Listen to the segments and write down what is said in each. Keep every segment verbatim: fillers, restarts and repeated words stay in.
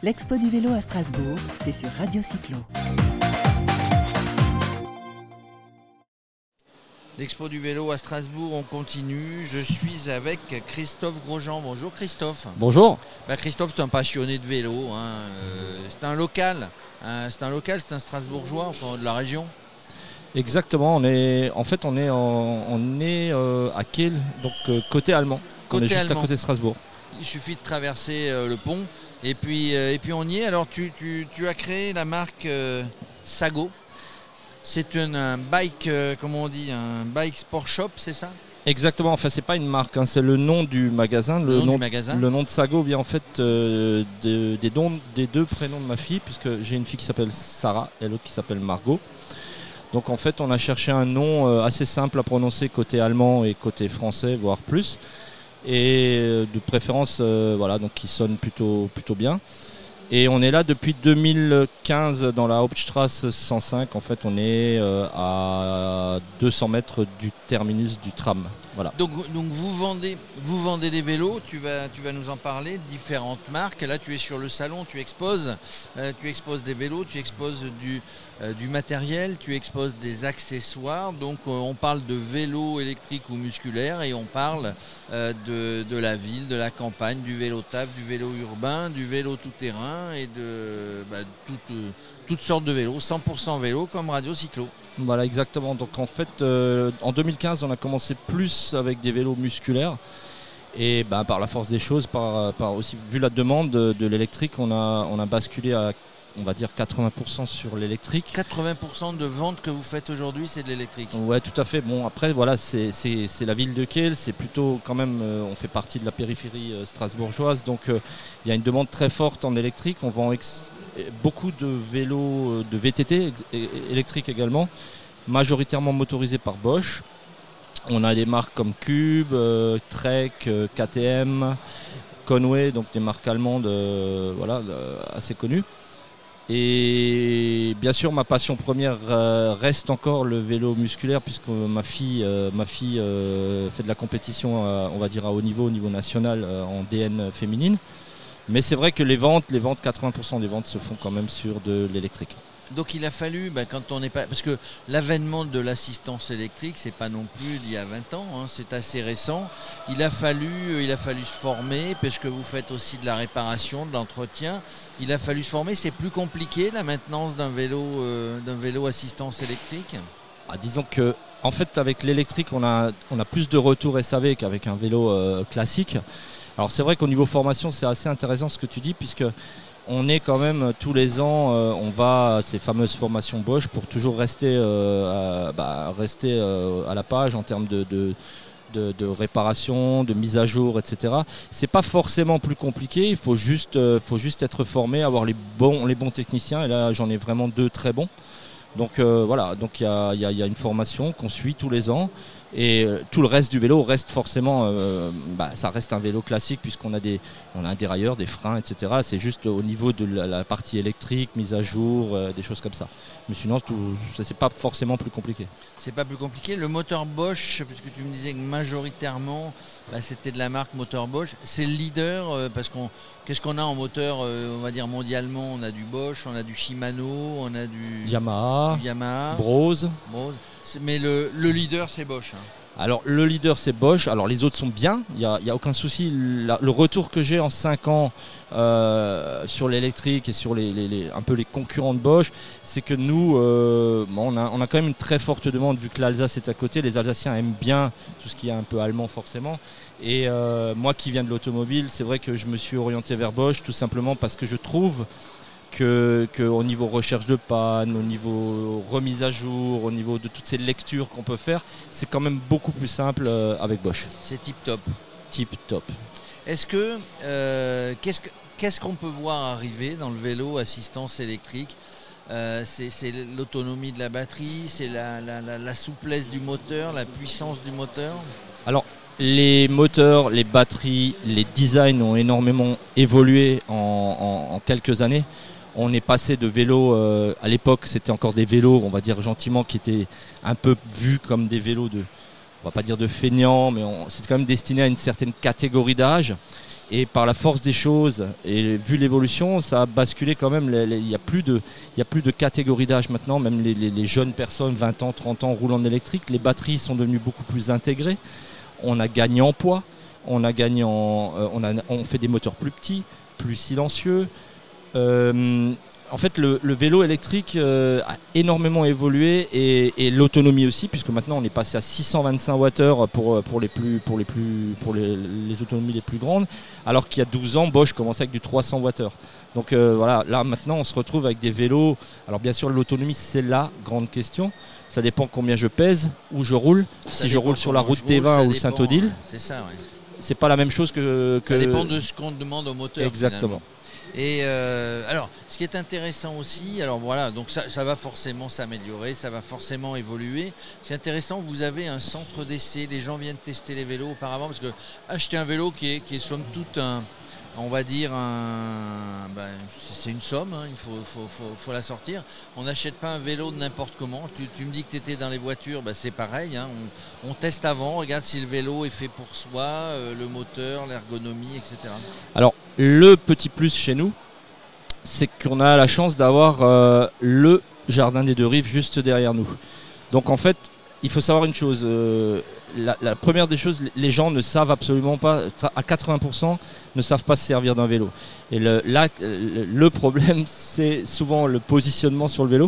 L'Expo du vélo à Strasbourg, c'est sur Radio Cyclo. L'Expo du vélo à Strasbourg, on continue. Je suis avec Christophe Grosjean. Bonjour Christophe. Bonjour. Bah Christophe, tu es un passionné de vélo. Hein. Euh, c'est un local. Hein. C'est un local, c'est un Strasbourgeois, enfin de la région. Exactement. On est, en fait, on est, en, on est euh, à Kiel, donc euh, côté allemand. Côté on est juste allemand. à côté de Strasbourg. Il suffit de traverser euh, le pont et puis, euh, et puis on y est. Alors tu, tu, tu as créé la marque euh, Sago. C'est une, un bike, euh, comment on dit, un bike sport shop, c'est ça? Exactement. Enfin, c'est pas une marque, hein, c'est le nom du magasin. Le, le nom, nom du magasin. Le nom de Sago vient en fait euh, de, des, dons, des deux prénoms de ma fille, puisque j'ai une fille qui s'appelle Sarah et l'autre qui s'appelle Margot. Donc en fait, on a cherché un nom euh, assez simple à prononcer côté allemand et côté français, voire plus. Et de préférence, euh, voilà, donc qui sonne plutôt, plutôt bien. Et on est là depuis deux mille quinze dans la Hauptstrasse cent cinq. En fait, on est euh, à deux cents mètres du terminus du tram. Voilà. Donc, donc vous, vendez, vous vendez des vélos, tu vas, tu vas nous en parler, différentes marques. Là, tu es sur le salon, tu exposes, euh, tu exposes des vélos, tu exposes du, euh, du matériel, tu exposes des accessoires. Donc, euh, on parle de vélo électrique ou musculaire et on parle euh, de, de la ville, de la campagne, du vélo taf, du vélo urbain, du vélo tout-terrain et de bah, toutes, euh, toutes sortes de vélos, cent pour cent vélo comme Radio Cyclo. Voilà, exactement. Donc en fait, euh, en deux mille quinze, on a commencé plus avec des vélos musculaires. Et bah, par la force des choses, par, par aussi vu la demande de, de l'électrique, on a, on a basculé à, on va dire, quatre-vingts pour cent sur l'électrique. quatre-vingts pour cent de ventes que vous faites aujourd'hui, c'est de l'électrique. Ouais, tout à fait. Bon, après, voilà, c'est, c'est, c'est la ville de Kiel. C'est plutôt quand même, euh, on fait partie de la périphérie euh, strasbourgeoise. Donc il euh, y a une demande très forte en électrique. On vend ex- beaucoup de vélos, de V T T électriques également, majoritairement motorisés par Bosch. On a des marques comme Cube, euh, Trek, euh, K T M, Conway, donc des marques allemandes euh, voilà, euh, assez connues. Et bien sûr, ma passion première euh, reste encore le vélo musculaire, puisque ma fille, euh, ma fille euh, fait de la compétition, euh, on va dire à haut niveau, au niveau national, euh, en D N féminine. Mais c'est vrai que les ventes, les ventes, quatre-vingts pour cent des ventes se font quand même sur de l'électrique. Donc il a fallu, ben, quand on n'est pas, parce que l'avènement de l'assistance électrique, c'est pas non plus d'il y a vingt ans, hein, c'est assez récent. Il a fallu, il a fallu se former, parce que vous faites aussi de la réparation, de l'entretien. Il a fallu se former. C'est plus compliqué la maintenance d'un vélo, euh, d'un vélo assistance électrique. Ah, disons que, en fait, avec l'électrique, on a, on a plus de retours S A V qu'avec un vélo euh, classique. Alors c'est vrai qu'au niveau formation, c'est assez intéressant ce que tu dis, puisque on est quand même tous les ans, euh, on va à ces fameuses formations Bosch pour toujours rester, euh, à, bah, rester euh, à la page en termes de, de, de, de réparation, de mise à jour, et cetera. C'est pas forcément plus compliqué, il faut juste, euh, faut juste être formé, avoir les bons, les bons techniciens, et là j'en ai vraiment deux très bons. Donc euh, voilà, donc il y a, y a, y a une formation qu'on suit tous les ans. Et euh, tout le reste du vélo reste forcément, euh, bah, ça reste un vélo classique puisqu'on a des, on a un dérailleur, des freins, et cetera. C'est juste au niveau de la, la partie électrique, mise à jour, euh, des choses comme ça. Mais sinon, tout, ça, c'est pas forcément plus compliqué. C'est pas plus compliqué. Le moteur Bosch, puisque tu me disais que majoritairement, bah, c'était de la marque moteur Bosch. C'est le leader euh, parce qu'on, qu'est-ce qu'on a en moteur, euh, on va dire mondialement, on a du Bosch, on a du Shimano, on a du Yamaha, du Yamaha, Brose. Brose. Mais le, le leader, c'est Bosch. Hein. Alors le leader c'est Bosch, alors les autres sont bien, il n'y a, y a aucun souci. La, le retour que j'ai en cinq ans euh, sur l'électrique et sur les, les, les, un peu les concurrents de Bosch, c'est que nous, euh, bon, on, a, on a quand même une très forte demande vu que l'Alsace est à côté. Les Alsaciens aiment bien tout ce qui est un peu allemand forcément. Et euh, moi qui viens de l'automobile, c'est vrai que je me suis orienté vers Bosch tout simplement parce que je trouve que, que au niveau recherche de panne, au niveau remise à jour, au niveau de toutes ces lectures qu'on peut faire, c'est quand même beaucoup plus simple euh, avec Bosch. C'est tip top. Tip top. Est-ce que, euh, qu'est-ce que qu'est-ce qu'on peut voir arriver dans le vélo assistance électrique? euh, c'est, c'est l'autonomie de la batterie, c'est la, la, la, la souplesse du moteur, la puissance du moteur? Alors, les moteurs, les batteries, les designs ont énormément évolué en, en, en quelques années. On est passé de vélos, euh, à l'époque c'était encore des vélos, on va dire gentiment, qui étaient un peu vus comme des vélos de, on va pas dire de feignants, mais on, c'est quand même destiné à une certaine catégorie d'âge. Et par la force des choses, et vu l'évolution, ça a basculé quand même. Il n'y a plus de, il y a plus de catégorie d'âge maintenant. Même les, les, les jeunes personnes, vingt ans, trente ans, roulent en électrique. Les batteries sont devenues beaucoup plus intégrées. On a gagné en poids. On a gagné en, euh, on, a, on fait des moteurs plus petits, plus silencieux. Euh, En fait, le, le vélo électrique euh, a énormément évolué et, et l'autonomie aussi, puisque maintenant on est passé à six cent vingt-cinq watts pour, pour, les, plus, pour, les, plus, pour les, les autonomies les plus grandes, alors qu'il y a douze ans, Bosch commençait avec du trois cents watts. Donc euh, voilà, là maintenant on se retrouve avec des vélos. Alors bien sûr, l'autonomie c'est la grande question. Ça dépend combien je pèse, où je roule. Ça si je roule sur la route T vingt ou le Saint-Odile, c'est ça, ouais. C'est pas la même chose que, que... Ça dépend de ce qu'on demande au moteur. Exactement. Finalement. Et euh, alors, ce qui est intéressant aussi, alors voilà, donc ça, ça va forcément s'améliorer, ça va forcément évoluer. Ce qui est intéressant, vous avez un centre d'essai, les gens viennent tester les vélos auparavant, parce que acheter un vélo qui est, qui est somme toute un, on va dire un, ben, c'est une somme, hein, il faut, faut, faut, faut la sortir. On n'achète pas un vélo de n'importe comment. Tu, tu me dis que tu étais dans les voitures, ben c'est pareil, hein, on, on teste avant, on regarde si le vélo est fait pour soi, euh, le moteur, l'ergonomie, et cetera. Alors, le petit plus chez nous, c'est qu'on a la chance d'avoir euh, le jardin des Deux Rives juste derrière nous. Donc en fait, il faut savoir une chose. Euh, la, la première des choses, les gens ne savent absolument pas, à quatre-vingts pour cent, ne savent pas se servir d'un vélo. Et le, là, le problème, c'est souvent le positionnement sur le vélo.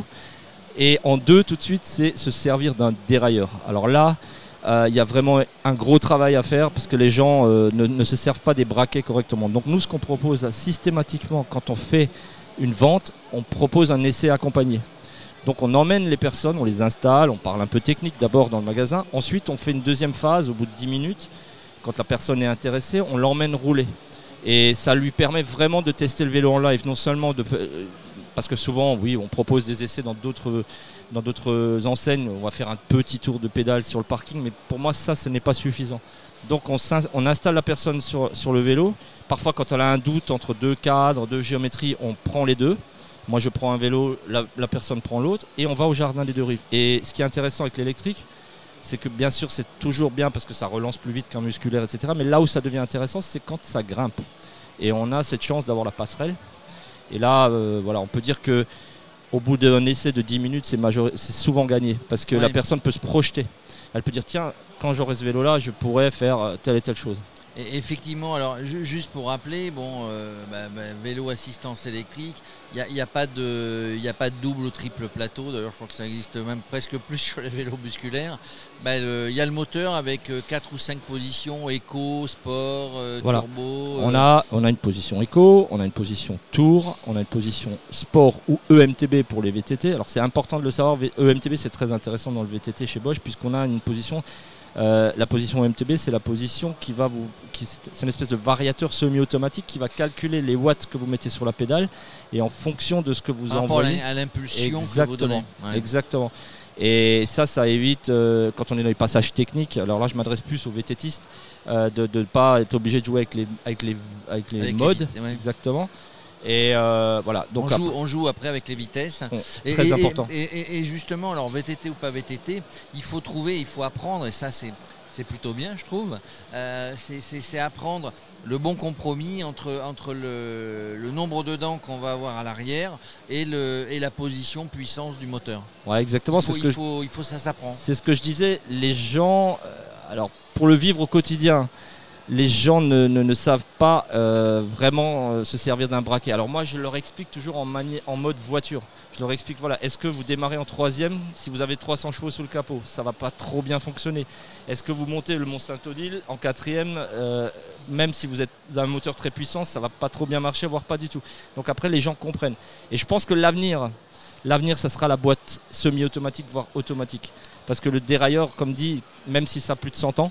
Et en deux, tout de suite, c'est se servir d'un dérailleur. Alors là, il euh, y a vraiment un gros travail à faire parce que les gens euh, ne, ne se servent pas des braquets correctement. Donc nous, ce qu'on propose là, systématiquement, quand on fait une vente, on propose un essai accompagné. Donc on emmène les personnes, on les installe, on parle un peu technique d'abord dans le magasin. Ensuite, on fait une deuxième phase au bout de dix minutes. Quand la personne est intéressée, on l'emmène rouler. Et ça lui permet vraiment de tester le vélo en live, non seulement de... Parce que souvent, oui, on propose des essais dans d'autres... Dans d'autres enseignes, on va faire un petit tour de pédale sur le parking, mais pour moi, ça, ce n'est pas suffisant. Donc, on, on installe la personne sur, sur le vélo. Parfois, quand elle a un doute entre deux cadres, deux géométries, on prend les deux. Moi, je prends un vélo, la, la personne prend l'autre, et on va au jardin des Deux Rives. Et ce qui est intéressant avec l'électrique, c'est que bien sûr, c'est toujours bien parce que ça relance plus vite qu'un musculaire, et cetera. Mais là où ça devient intéressant, c'est quand ça grimpe. Et on a cette chance d'avoir la passerelle. Et là, euh, voilà, on peut dire que au bout d'un essai de dix minutes, c'est, major... c'est souvent gagné parce que ouais, la personne peut se projeter. Elle peut dire tiens, quand j'aurai ce vélo-là, je pourrais faire telle et telle chose. Et effectivement, alors juste pour rappeler, bon, euh, bah, bah, vélo assistance électrique, il n'y a, a, pas de, a pas de double ou triple plateau. D'ailleurs, je crois que ça existe même presque plus sur les vélos musculaires. Il bah, y a le moteur avec quatre ou cinq positions, éco, sport, euh, voilà. turbo. Euh... On, a, on a une position éco, on a une position tour, on a une position sport ou E M T B pour les V T T. Alors c'est important de le savoir, E M T B c'est très intéressant dans le V T T chez Bosch puisqu'on a une position... Euh, la position M T B, c'est la position qui va vous, qui, c'est une espèce de variateur semi-automatique qui va calculer les watts que vous mettez sur la pédale et en fonction de ce que vous Par envoyez. À l'impulsion exactement, que vous donnez. Ouais. Exactement. Et ça, ça évite euh, quand on est dans les passages techniques. Alors là, je m'adresse plus aux vététistes euh, de ne pas être obligé de jouer avec les, avec les, avec les avec modes. Les, ouais. Exactement. Et euh, voilà. Donc on, joue, on joue après avec les vitesses. Bon, et, très et, important. Et, et, et justement, alors V T T ou pas V T T, il faut trouver, il faut apprendre, et ça c'est, c'est plutôt bien, je trouve. Euh, c'est, c'est, c'est apprendre le bon compromis entre, entre le, le nombre de dents qu'on va avoir à l'arrière et, le, et la position puissance du moteur. Ouais, exactement. Il faut, c'est ce il que faut, je, il faut ça s'apprend. C'est ce que je disais. Les gens, euh, alors pour le vivre au quotidien. Les gens ne, ne, ne savent pas euh, vraiment euh, se servir d'un braquet. Alors moi, je leur explique toujours en, mani- en mode voiture. Je leur explique, voilà, est-ce que vous démarrez en troisième si vous avez trois cents chevaux sous le capot? Ça ne va pas trop bien fonctionner. Est-ce que vous montez le Mont Saint-Odile en quatrième, euh, même si vous êtes un moteur très puissant, ça ne va pas trop bien marcher, voire pas du tout. Donc après, les gens comprennent. Et je pense que l'avenir, l'avenir, ça sera la boîte semi-automatique, voire automatique. Parce que le dérailleur, comme dit, même si ça a plus de cent ans,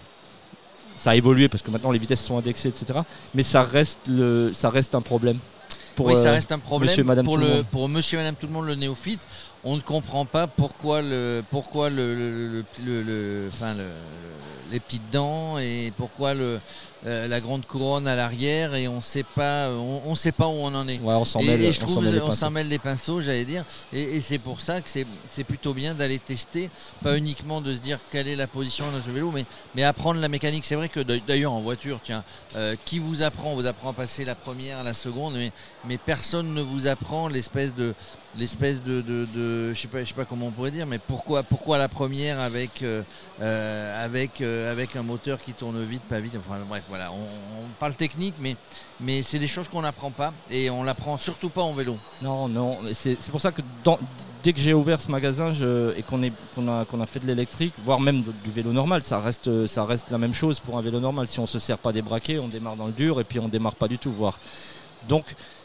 ça a évolué parce que maintenant les vitesses sont indexées, et cetera. Mais ça reste, le, ça reste un problème. Pour, oui, ça reste un problème monsieur, madame, pour, tout le, le monde. pour monsieur et madame tout le monde, le néophyte. on ne comprend pas pourquoi le, pourquoi le, le, le, le, le enfin le, le, les petites dents et pourquoi le, euh, la grande couronne à l'arrière et on sait pas, on, on sait pas où on en est. Ouais, on s'en et, mêle, et je on trouve s'en mêle les on pinceaux. s'en mêle les pinceaux, j'allais dire. Et, et c'est pour ça que c'est, c'est plutôt bien d'aller tester, pas uniquement de se dire quelle est la position de ce vélo, mais, mais apprendre la mécanique. C'est vrai que d'ailleurs en voiture, tiens, euh, qui vous apprend, on vous apprend à passer la première, la seconde, mais, mais personne ne vous apprend l'espèce de l'espèce de, de, de je sais pas, je sais pas comment on pourrait dire, mais pourquoi, pourquoi la première avec, euh, euh, avec, euh, avec un moteur qui tourne vite, pas vite, enfin bref, voilà, on, on parle technique, mais, mais c'est des choses qu'on n'apprend pas et on l'apprend surtout pas en vélo. Non, non, c'est, c'est pour ça que dans, dès que j'ai ouvert ce magasin je, et qu'on, est, qu'on, a, qu'on a fait de l'électrique, voire même du vélo normal, ça reste, ça reste la même chose pour un vélo normal. Si on ne se sert pas des braquets, on démarre dans le dur et puis on ne démarre pas du tout, voire. Donc,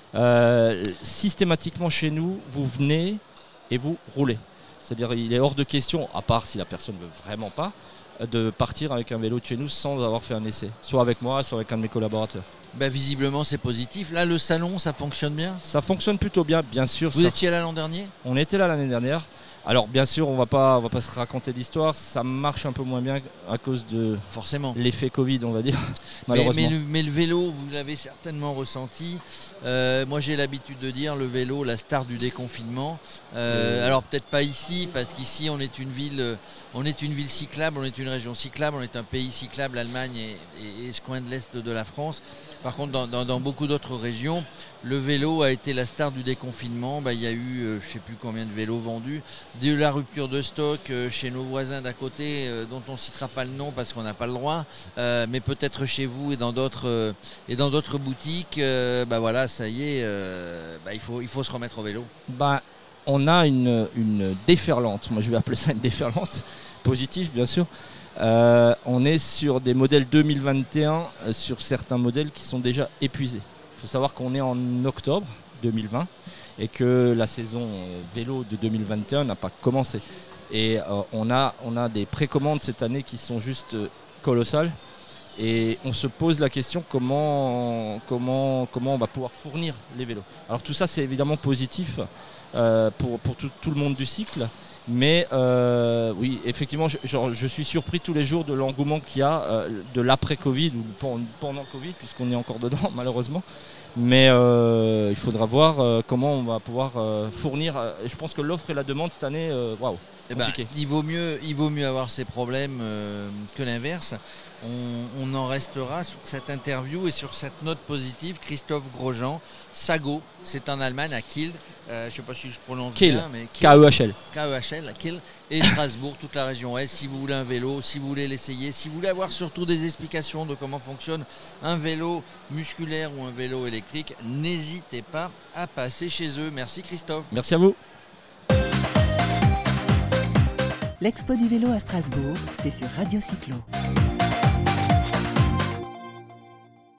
Euh, systématiquement chez nous, vous venez et vous roulez. C'est-à-dire il est hors de question, à part si la personne ne veut vraiment pas, de partir avec un vélo de chez nous sans avoir fait un essai. Soit avec moi, soit avec un de mes collaborateurs. Bah, visiblement c'est positif. Là le salon ça fonctionne bien. Ça fonctionne plutôt bien, bien sûr. Vous ça... étiez là l'an dernier ? On était là l'année dernière. Alors bien sûr on va pas, on va pas se raconter d'histoire, ça marche un peu moins bien à cause de forcément l'effet Covid on va dire, mais, malheureusement. Mais le, mais le vélo, vous l'avez certainement ressenti. Euh, moi j'ai l'habitude de dire le vélo, la star du déconfinement. Euh, euh... Alors peut-être pas ici, parce qu'ici on est une ville, on est une ville cyclable, on est une région cyclable, on est un pays cyclable, l'Allemagne et, et, et ce coin de l'Est de la France. Par contre dans, dans, dans beaucoup d'autres régions, le vélo a été la star du déconfinement. Bah, il y a eu euh, je ne sais plus combien de vélos vendus. De la rupture de stock euh, chez nos voisins d'à côté, euh, dont on ne citera pas le nom parce qu'on n'a pas le droit, euh, mais peut-être chez vous et dans d'autres, euh, et dans d'autres boutiques, euh, bah voilà, ça y est, euh, bah, il faut, il faut se remettre au vélo. Bah, on a une, une déferlante, moi je vais appeler ça une déferlante, positive bien sûr. Euh, on est sur des modèles deux mille vingt et un, euh, sur certains modèles qui sont déjà épuisés. Il faut savoir qu'on est en octobre deux mille vingt et que la saison vélo de deux mille vingt et un n'a pas commencé. Et euh, on, a, on a des précommandes cette année qui sont juste euh, colossales. Et on se pose la question comment, comment, comment on va pouvoir fournir les vélos. Alors tout ça c'est évidemment positif euh, pour, pour tout, tout le monde du cycle. Mais euh, oui, effectivement, je, genre, je suis surpris tous les jours de l'engouement qu'il y a euh, de l'après-Covid ou pendant Covid, puisqu'on est encore dedans malheureusement. Mais euh, il faudra voir euh, comment on va pouvoir euh, fournir. Euh, je pense que l'offre et la demande cette année, waouh, eh ben, il vaut mieux, il vaut mieux avoir ces problèmes euh, que l'inverse. On, on en restera sur cette interview et sur cette note positive. Christophe Grosjean, Sago, c'est en Allemagne à Kiel. Euh, je ne sais pas si je prononce Kiel. bien, mais K E H L. K E H L à Kiel et Strasbourg, toute la région Est. Si vous voulez un vélo, si vous voulez l'essayer, si vous voulez avoir surtout des explications de comment fonctionne un vélo musculaire ou un vélo électrique, n'hésitez pas à passer chez eux. Merci Christophe. Merci à vous. L'Expo du vélo à Strasbourg, c'est sur Radio Cyclo.